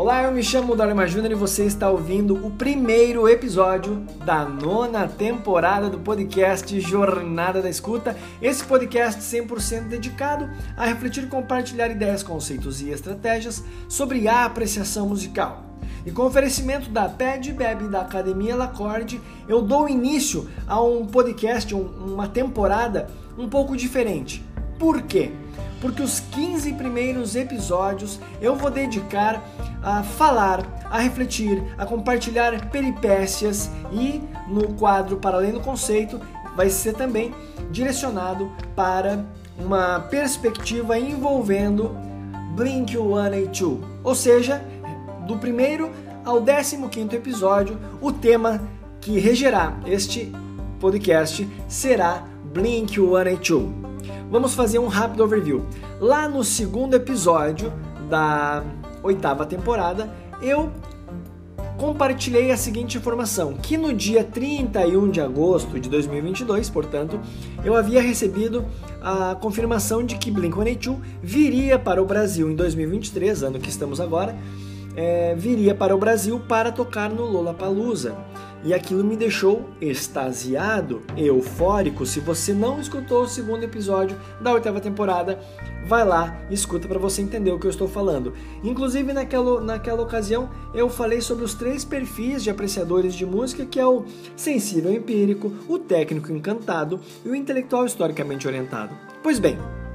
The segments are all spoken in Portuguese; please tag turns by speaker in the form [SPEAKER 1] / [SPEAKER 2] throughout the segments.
[SPEAKER 1] Olá, eu me chamo Dalema Júnior e você está ouvindo o primeiro episódio da 9ª temporada do podcast Jornada da Escuta. Esse podcast 100% dedicado a refletir e compartilhar ideias, conceitos e estratégias sobre a apreciação musical. E com oferecimento da Ped Bebe da Academia Lacorde, eu dou início a um podcast, uma temporada um pouco diferente. Por quê? Porque os 15 primeiros episódios eu vou dedicar a falar, a refletir, a compartilhar peripécias e no quadro Para Além do Conceito vai ser também direcionado para uma perspectiva envolvendo Blink-182, ou seja, do primeiro ao 15º episódio, o tema que regerá este podcast será Blink-182. Vamos fazer um rápido overview. Lá no segundo episódio da 8ª temporada, eu compartilhei a seguinte informação, que no dia 31 de agosto de 2022, portanto, eu havia recebido a confirmação de que Blink-182 viria para o Brasil em 2023, ano que estamos agora, viria para o Brasil para tocar no Lollapalooza. E aquilo me deixou extasiado, eufórico. Se você não escutou o segundo episódio da 8ª temporada, vai lá e escuta para você entender o que eu estou falando. Inclusive, naquela ocasião, eu falei sobre os 3 perfis de apreciadores de música, que é o sensível empírico, o técnico encantado e o intelectual historicamente orientado. Pois bem,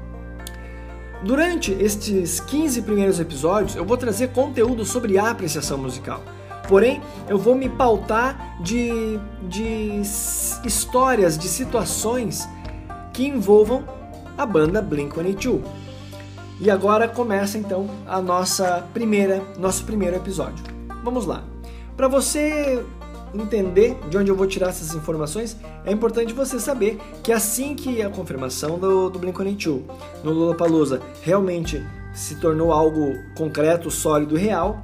[SPEAKER 1] durante estes 15 primeiros episódios, eu vou trazer conteúdo sobre a apreciação musical. Porém, eu vou me pautar de histórias, de situações que envolvam a banda Blink-182. E agora começa então nosso primeiro episódio. Vamos lá. Para você entender de onde eu vou tirar essas informações, é importante você saber que assim que a confirmação do Blink-182 no Lollapalooza realmente se tornou algo concreto, sólido e real,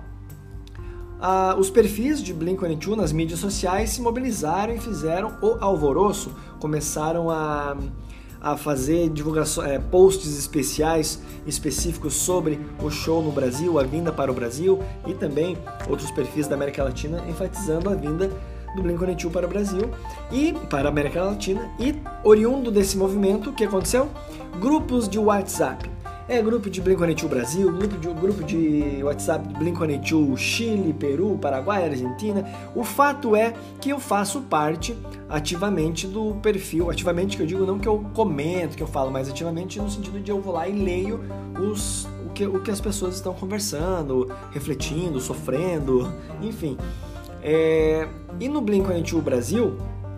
[SPEAKER 1] os perfis de Blink-182 nas mídias sociais se mobilizaram e fizeram o alvoroço, começaram a fazer divulgações, posts específicos sobre o show no Brasil, a vinda para o Brasil, e também outros perfis da América Latina enfatizando a vinda do Blink-182 para o Brasil e para a América Latina. E oriundo desse movimento, o que aconteceu? Grupos de WhatsApp. Grupo de Blink-182 Brasil, grupo de WhatsApp de Blink-182 Chile, Peru, Paraguai, Argentina. O fato é que eu faço parte ativamente do perfil, ativamente que eu digo não que eu comento, que eu falo, mas ativamente no sentido de eu vou lá e leio o que as pessoas estão conversando, refletindo, sofrendo, enfim. E no Blink-182 Brasil,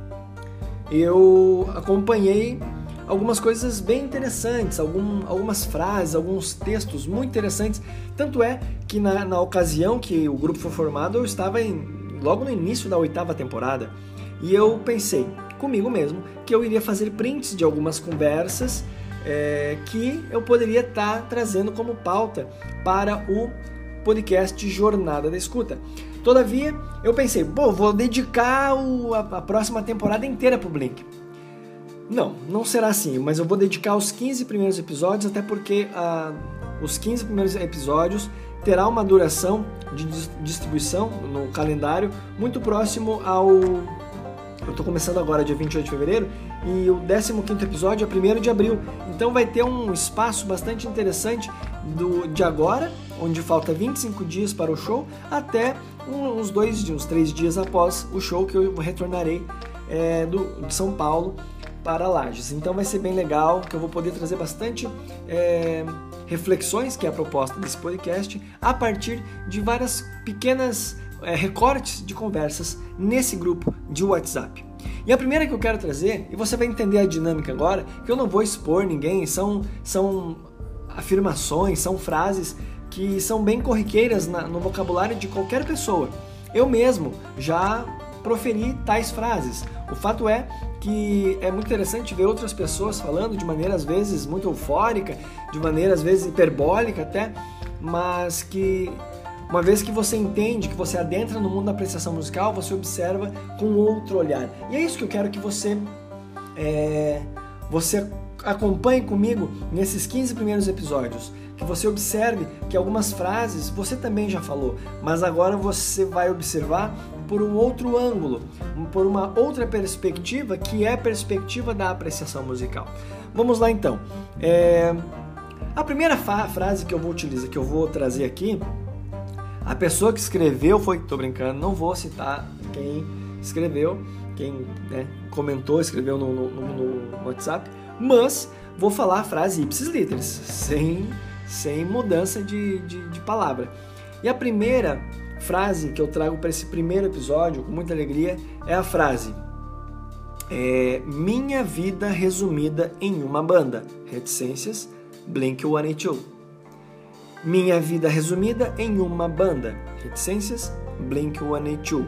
[SPEAKER 1] eu acompanhei algumas coisas bem interessantes, algumas frases, alguns textos muito interessantes. Tanto é que na ocasião que o grupo foi formado, eu estava logo no início da 8ª temporada e eu pensei comigo mesmo que eu iria fazer prints de algumas conversas que eu poderia estar trazendo como pauta para o podcast Jornada da Escuta. Todavia, eu pensei, vou dedicar a próxima temporada inteira para o Blink. Não será assim, mas eu vou dedicar os 15 primeiros episódios, até porque os 15 primeiros episódios terá uma duração de distribuição no calendário muito próximo ao... Eu estou começando agora dia 28 de fevereiro e o 15º episódio é 1º de abril, então vai ter um espaço bastante interessante de agora, onde falta 25 dias para o show, até uns 3 dias após o show, que eu retornarei de São Paulo para Lages. Então vai ser bem legal, que eu vou poder trazer bastante reflexões, que é a proposta desse podcast, a partir de várias pequenas recortes de conversas nesse grupo de WhatsApp. E a primeira que eu quero trazer, e você vai entender a dinâmica agora, que eu não vou expor ninguém, são afirmações, são frases que são bem corriqueiras no vocabulário de qualquer pessoa. Eu mesmo já proferi tais frases. O fato é que é muito interessante ver outras pessoas falando de maneira às vezes muito eufórica, de maneira às vezes hiperbólica até, mas que uma vez que você entende, que você adentra no mundo da apreciação musical, você observa com outro olhar. E é isso que eu quero que você acompanhe comigo nesses 15 primeiros episódios. que você observe que algumas frases você também já falou, mas agora você vai observar por um outro ângulo, por uma outra perspectiva, que é a perspectiva da apreciação musical. Vamos lá então. A primeira frase que eu vou utilizar, que eu vou trazer aqui, a pessoa que escreveu foi... Tô brincando, não vou citar quem escreveu, quem comentou, escreveu no WhatsApp, mas vou falar a frase ipsis literis, sem mudança de palavra. E a primeira frase que eu trago para esse primeiro episódio, com muita alegria, é a frase Minha vida resumida em uma banda, reticências, Blink-182. Minha vida resumida em uma banda, reticências, Blink-182.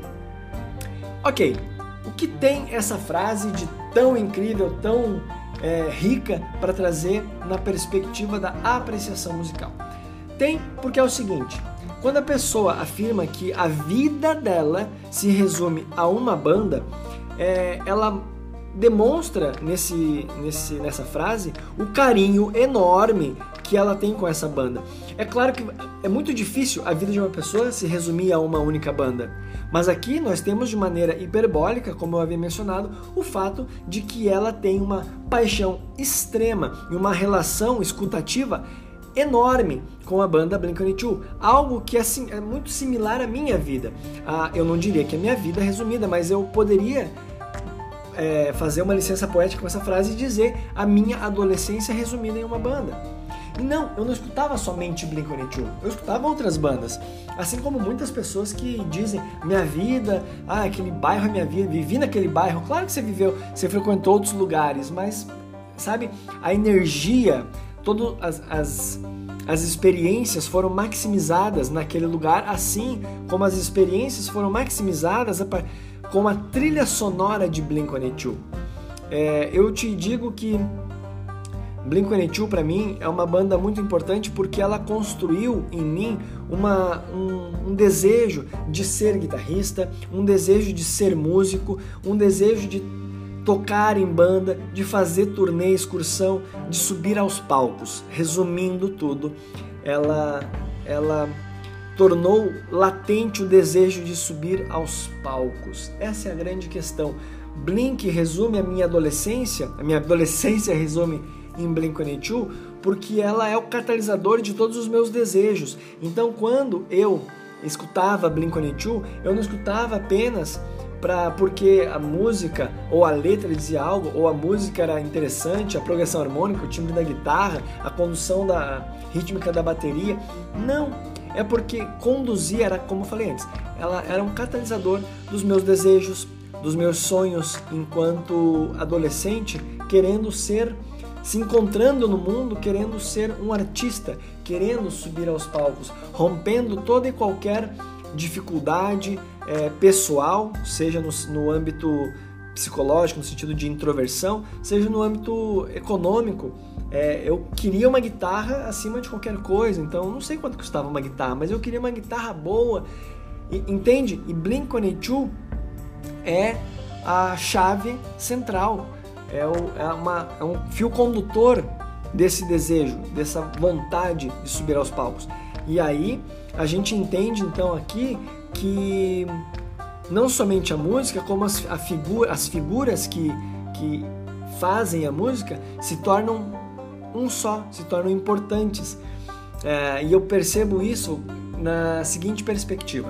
[SPEAKER 1] Ok, o que tem essa frase de tão incrível, tão rica para trazer na perspectiva da apreciação musical? Tem porque é o seguinte: quando a pessoa afirma que a vida dela se resume a uma banda, ela demonstra nessa frase o carinho enorme que ela tem com essa banda. É claro que é muito difícil a vida de uma pessoa se resumir a uma única banda, mas aqui nós temos de maneira hiperbólica, como eu havia mencionado, o fato de que ela tem uma paixão extrema e uma relação escutativa enorme com a banda Blink-182, algo que é muito similar à minha vida. Eu não diria que é a minha vida resumida, mas eu poderia fazer uma licença poética com essa frase e dizer a minha adolescência resumida em uma banda. E não, eu não escutava somente Blink-182, eu escutava outras bandas, assim como muitas pessoas que dizem minha vida, aquele bairro é minha vida, vivi naquele bairro. Claro que você viveu, você frequentou outros lugares, mas sabe, a energia, todas as experiências foram maximizadas naquele lugar, assim como as experiências foram maximizadas com a trilha sonora de Blink-182. Eu te digo que Blink-182 para mim é uma banda muito importante porque ela construiu em mim um desejo de ser guitarrista, um desejo de ser músico, um desejo de tocar em banda, de fazer turnê, excursão, de subir aos palcos. Resumindo tudo, ela tornou latente o desejo de subir aos palcos. Essa é a grande questão. Blink resume a minha adolescência resume em Blink-182 porque ela é o catalisador de todos os meus desejos. Então, quando eu escutava Blink-182, eu não escutava apenas porque a música ou a letra dizia algo, ou a música era interessante, a progressão harmônica, o timbre da guitarra, a condução da rítmica da bateria. Não, é porque conduzia, era como eu falei antes, ela era um catalisador dos meus desejos, dos meus sonhos enquanto adolescente, querendo se encontrando no mundo, querendo ser um artista, querendo subir aos palcos, rompendo toda e qualquer dificuldade pessoal, seja no âmbito psicológico, no sentido de introversão, seja no âmbito econômico. Eu queria uma guitarra acima de qualquer coisa, então não sei quanto custava uma guitarra, mas eu queria uma guitarra boa, entende? E Blink-182 é a chave central, é um fio condutor desse desejo, dessa vontade de subir aos palcos. E aí a gente entende então aqui que não somente a música, como as figuras que fazem a música se tornam um só, se tornam importantes. E eu percebo isso na seguinte perspectiva.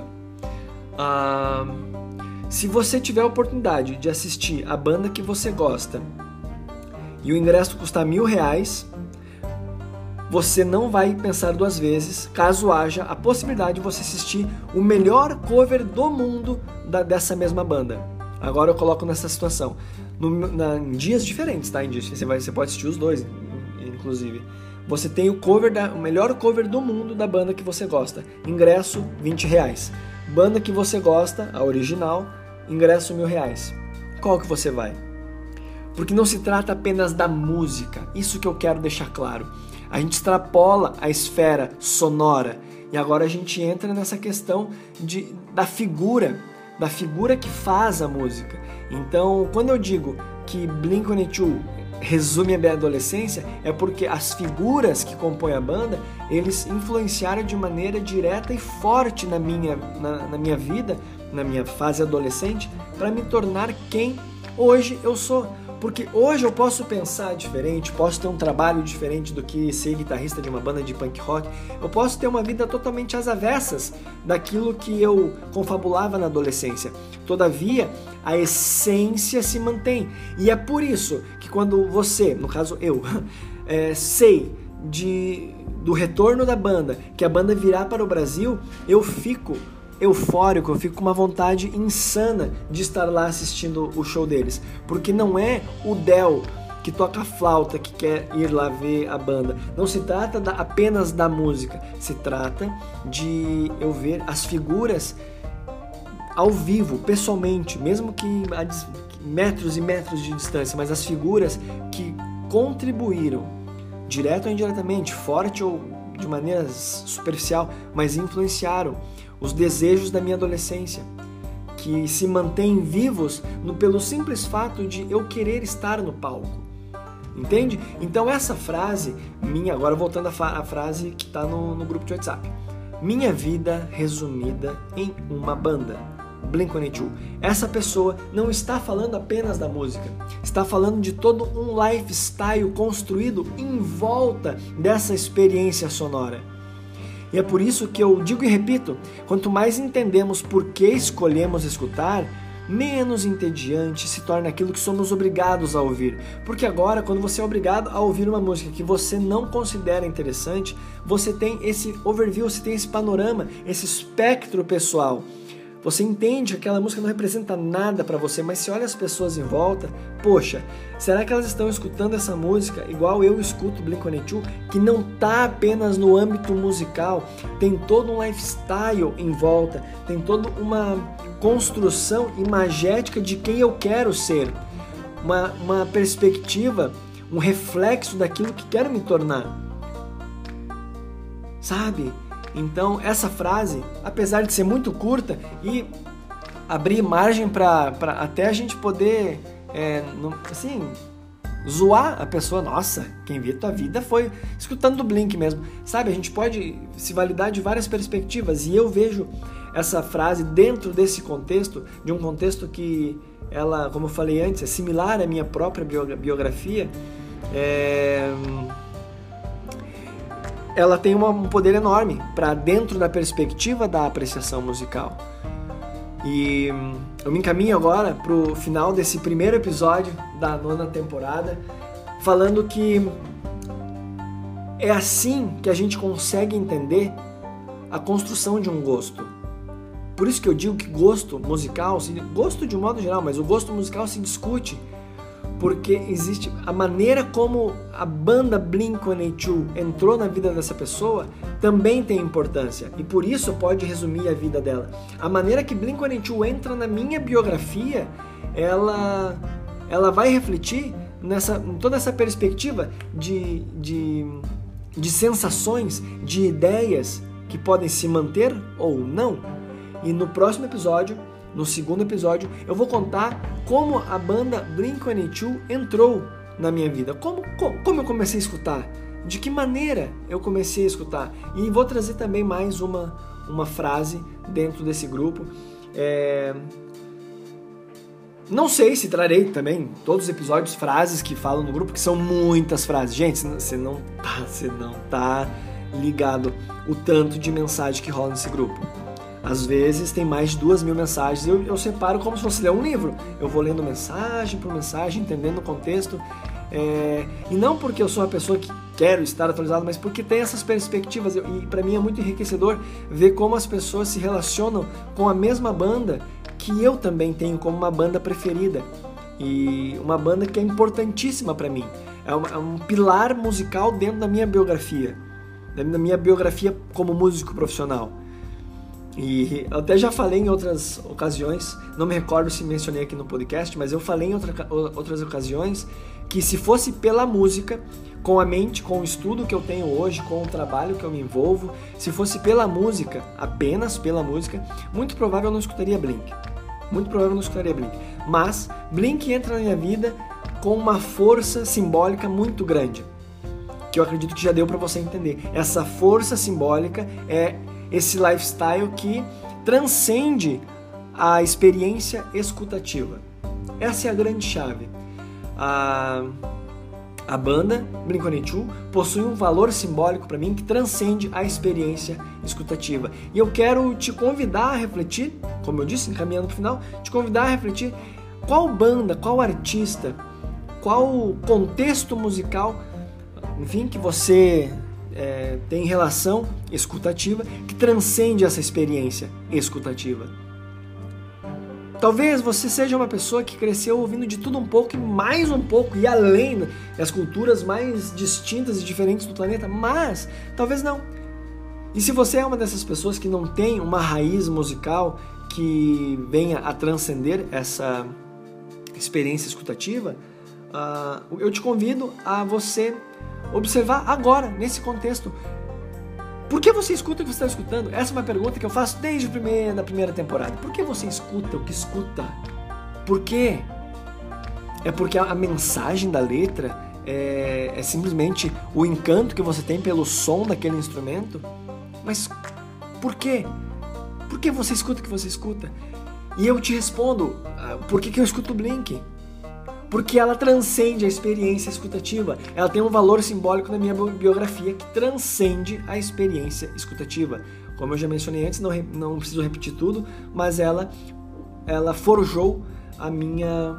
[SPEAKER 1] Se você tiver a oportunidade de assistir a banda que você gosta e o ingresso custar R$1.000, você não vai pensar duas vezes caso haja a possibilidade de você assistir o melhor cover do mundo dessa mesma banda. Agora eu coloco nessa situação. Em dias diferentes, tá? Você pode assistir os dois, inclusive. Você tem o melhor cover do mundo da banda que você gosta. Ingresso, R$20. Banda que você gosta, a original, ingresso R$1.000. Qual que você vai? Porque não se trata apenas da música. Isso que eu quero deixar claro. A gente extrapola a esfera sonora e agora a gente entra nessa questão da figura que faz a música. Então, quando eu digo que Blink-182 resume a minha adolescência é porque as figuras que compõem a banda, eles influenciaram de maneira direta e forte na minha vida, na minha fase adolescente, para me tornar quem hoje eu sou. Porque hoje eu posso pensar diferente, posso ter um trabalho diferente do que ser guitarrista de uma banda de punk rock, eu posso ter uma vida totalmente às avessas daquilo que eu confabulava na adolescência. Todavia, a essência se mantém. E é por isso que quando você, no caso eu, sei do retorno da banda, que a banda virá para o Brasil, eu fico eufórico, eu fico com uma vontade insana de estar lá assistindo o show deles, porque não é o Del que toca flauta que quer ir lá ver a banda, não se trata apenas da música, se trata de eu ver as figuras ao vivo, pessoalmente, mesmo que a metros e metros de distância, mas as figuras que contribuíram, direto ou indiretamente, forte ou de maneira superficial, mas influenciaram os desejos da minha adolescência, que se mantêm vivos pelo simples fato de eu querer estar no palco. Entende? Então essa frase minha, agora voltando à frase que está no grupo de WhatsApp, minha vida resumida em uma banda, Blink-182. Essa pessoa não está falando apenas da música, está falando de todo um lifestyle construído em volta dessa experiência sonora. E é por isso que eu digo e repito, quanto mais entendemos por que escolhemos escutar, menos entediante se torna aquilo que somos obrigados a ouvir. Porque agora, quando você é obrigado a ouvir uma música que você não considera interessante, você tem esse overview, você tem esse panorama, esse espectro pessoal. Você entende que aquela música não representa nada para você, mas se olha as pessoas em volta, poxa, será que elas estão escutando essa música igual eu escuto Blink-182, que não está apenas no âmbito musical, tem todo um lifestyle em volta, tem toda uma construção imagética de quem eu quero ser, uma perspectiva, um reflexo daquilo que quero me tornar, sabe? Então, essa frase, apesar de ser muito curta e abrir margem para até a gente poder, zoar a pessoa, nossa, quem vê tua vida foi escutando do Blink mesmo. Sabe, a gente pode se validar de várias perspectivas e eu vejo essa frase dentro desse contexto, de um contexto que ela, como eu falei antes, é similar à minha própria biografia, ela tem um poder enorme para dentro da perspectiva da apreciação musical. E eu me encaminho agora para o final desse primeiro episódio da 9ª temporada, falando que é assim que a gente consegue entender a construção de um gosto. Por isso que eu digo que gosto musical, gosto de um modo geral, mas o gosto musical se discute, porque existe a maneira como a banda Blink-182 entrou na vida dessa pessoa também tem importância e por isso pode resumir a vida dela. A maneira que Blink-182 entra na minha biografia, ela vai refletir em toda essa perspectiva de sensações, de ideias que podem se manter ou não. E no próximo episódio, no segundo episódio, eu vou contar como a banda Blink-182 entrou na minha vida. Como eu comecei a escutar? De que maneira eu comecei a escutar? E vou trazer também mais uma frase dentro desse grupo. Não sei se trarei também todos os episódios frases que falam no grupo, que são muitas frases. Gente, você não tá ligado o tanto de mensagem que rola nesse grupo. Às vezes tem mais de 2.000 mensagens, eu separo como se fosse ler um livro. Eu vou lendo mensagem por mensagem, entendendo o contexto. E não porque eu sou uma pessoa que quero estar atualizado, mas porque tem essas perspectivas. E para mim é muito enriquecedor ver como as pessoas se relacionam com a mesma banda que eu também tenho como uma banda preferida. E uma banda que é importantíssima para mim. É um pilar musical dentro da minha biografia. Da minha biografia como músico profissional. E eu até já falei em outras ocasiões, não me recordo se mencionei aqui no podcast, mas eu falei em outras ocasiões que se fosse pela música, com a mente, com o estudo que eu tenho hoje, com o trabalho que eu me envolvo, se fosse pela música, apenas pela música, muito provável eu não escutaria Blink. Muito provável eu não escutaria Blink. Mas Blink entra na minha vida com uma força simbólica muito grande, que eu acredito que já deu para você entender. Essa força simbólica é esse lifestyle que transcende a experiência escutativa. Essa é a grande chave. A banda Blink-182 possui um valor simbólico para mim que transcende a experiência escutativa. E eu quero te convidar a refletir, como eu disse, encaminhando para o final, te convidar a refletir qual banda, qual artista, qual contexto musical, enfim, que você tem relação escutativa que transcende essa experiência escutativa. Talvez você seja uma pessoa que cresceu ouvindo de tudo um pouco e mais um pouco e além das culturas mais distintas e diferentes do planeta, mas talvez não. E se você é uma dessas pessoas que não tem uma raiz musical que venha a transcender essa experiência escutativa, eu te convido a você observar agora, nesse contexto, por que você escuta o que você está escutando? Essa é uma pergunta que eu faço desde a primeira temporada. Por que você escuta o que escuta? Por quê? É porque a mensagem da letra é simplesmente o encanto que você tem pelo som daquele instrumento? Mas por quê? Por que você escuta o que você escuta? E eu te respondo, por que eu escuto o Blink? Porque ela transcende a experiência escutativa. Ela tem um valor simbólico na minha biografia que transcende a experiência escutativa. Como eu já mencionei antes, não preciso repetir tudo, mas ela forjou a minha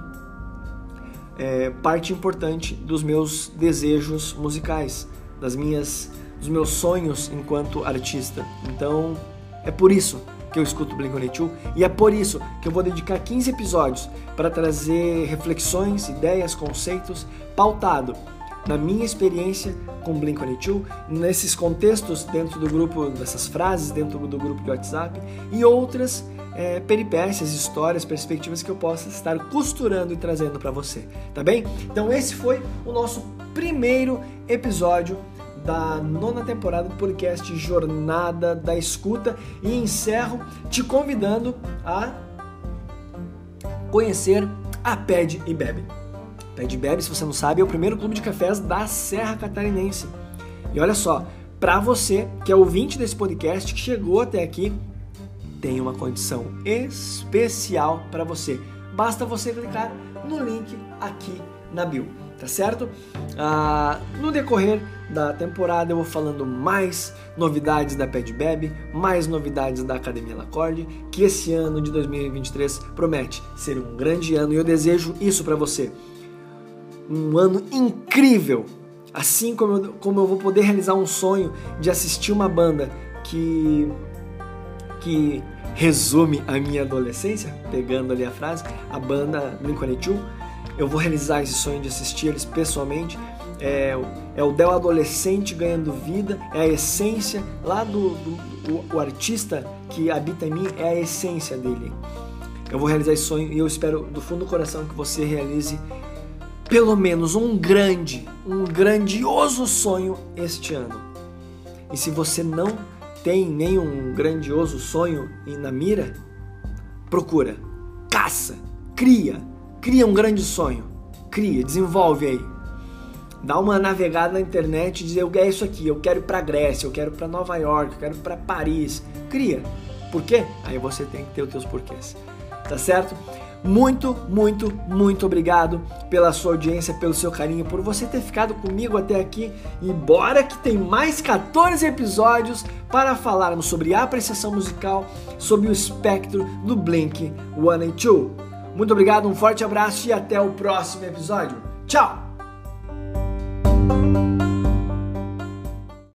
[SPEAKER 1] parte importante dos meus desejos musicais, dos meus sonhos enquanto artista. Então, é por isso que eu escuto Blink-182 e é por isso que eu vou dedicar 15 episódios para trazer reflexões, ideias, conceitos pautado na minha experiência com Blink-182, nesses contextos dentro do grupo, dessas frases dentro do grupo de WhatsApp e outras peripécias, histórias, perspectivas que eu possa estar costurando e trazendo para você, tá bem? Então esse foi o nosso primeiro episódio da 9ª temporada do podcast Jornada da Escuta e encerro te convidando a conhecer a Pede e Bebe. Pede e Bebe, se você não sabe, é o primeiro clube de cafés da Serra Catarinense. E olha só, para você que é ouvinte desse podcast, que chegou até aqui, tem uma condição especial para você. Basta você clicar no link aqui na bio. Tá certo? No decorrer da temporada eu vou falando mais novidades da Pede Bebe, mais novidades da Academia Lacorde, que esse ano de 2023 promete ser um grande ano e eu desejo isso para você. Um ano incrível, assim como eu vou poder realizar um sonho de assistir uma banda que resume a minha adolescência, pegando ali a frase, a banda Blink-182. Eu vou realizar esse sonho de assistir eles pessoalmente. É o Del adolescente ganhando vida, é a essência lá o artista que habita em mim, é a essência dele. Eu vou realizar esse sonho e eu espero do fundo do coração que você realize pelo menos um grandioso sonho este ano. E se você não tem nenhum grandioso sonho na mira, procura, caça, cria um grande sonho, desenvolve aí. Dá uma navegada na internet e dizer, eu quero isso aqui, eu quero ir pra Grécia, eu quero ir pra Nova York, eu quero ir pra Paris. Cria. Por quê? Aí você tem que ter os teus porquês. Tá certo? Muito, muito, muito obrigado pela sua audiência, pelo seu carinho, por você ter ficado comigo até aqui. E bora que tem mais 14 episódios para falarmos sobre apreciação musical, sobre o espectro do Blink-182. Muito obrigado, um forte abraço e até o próximo episódio. Tchau!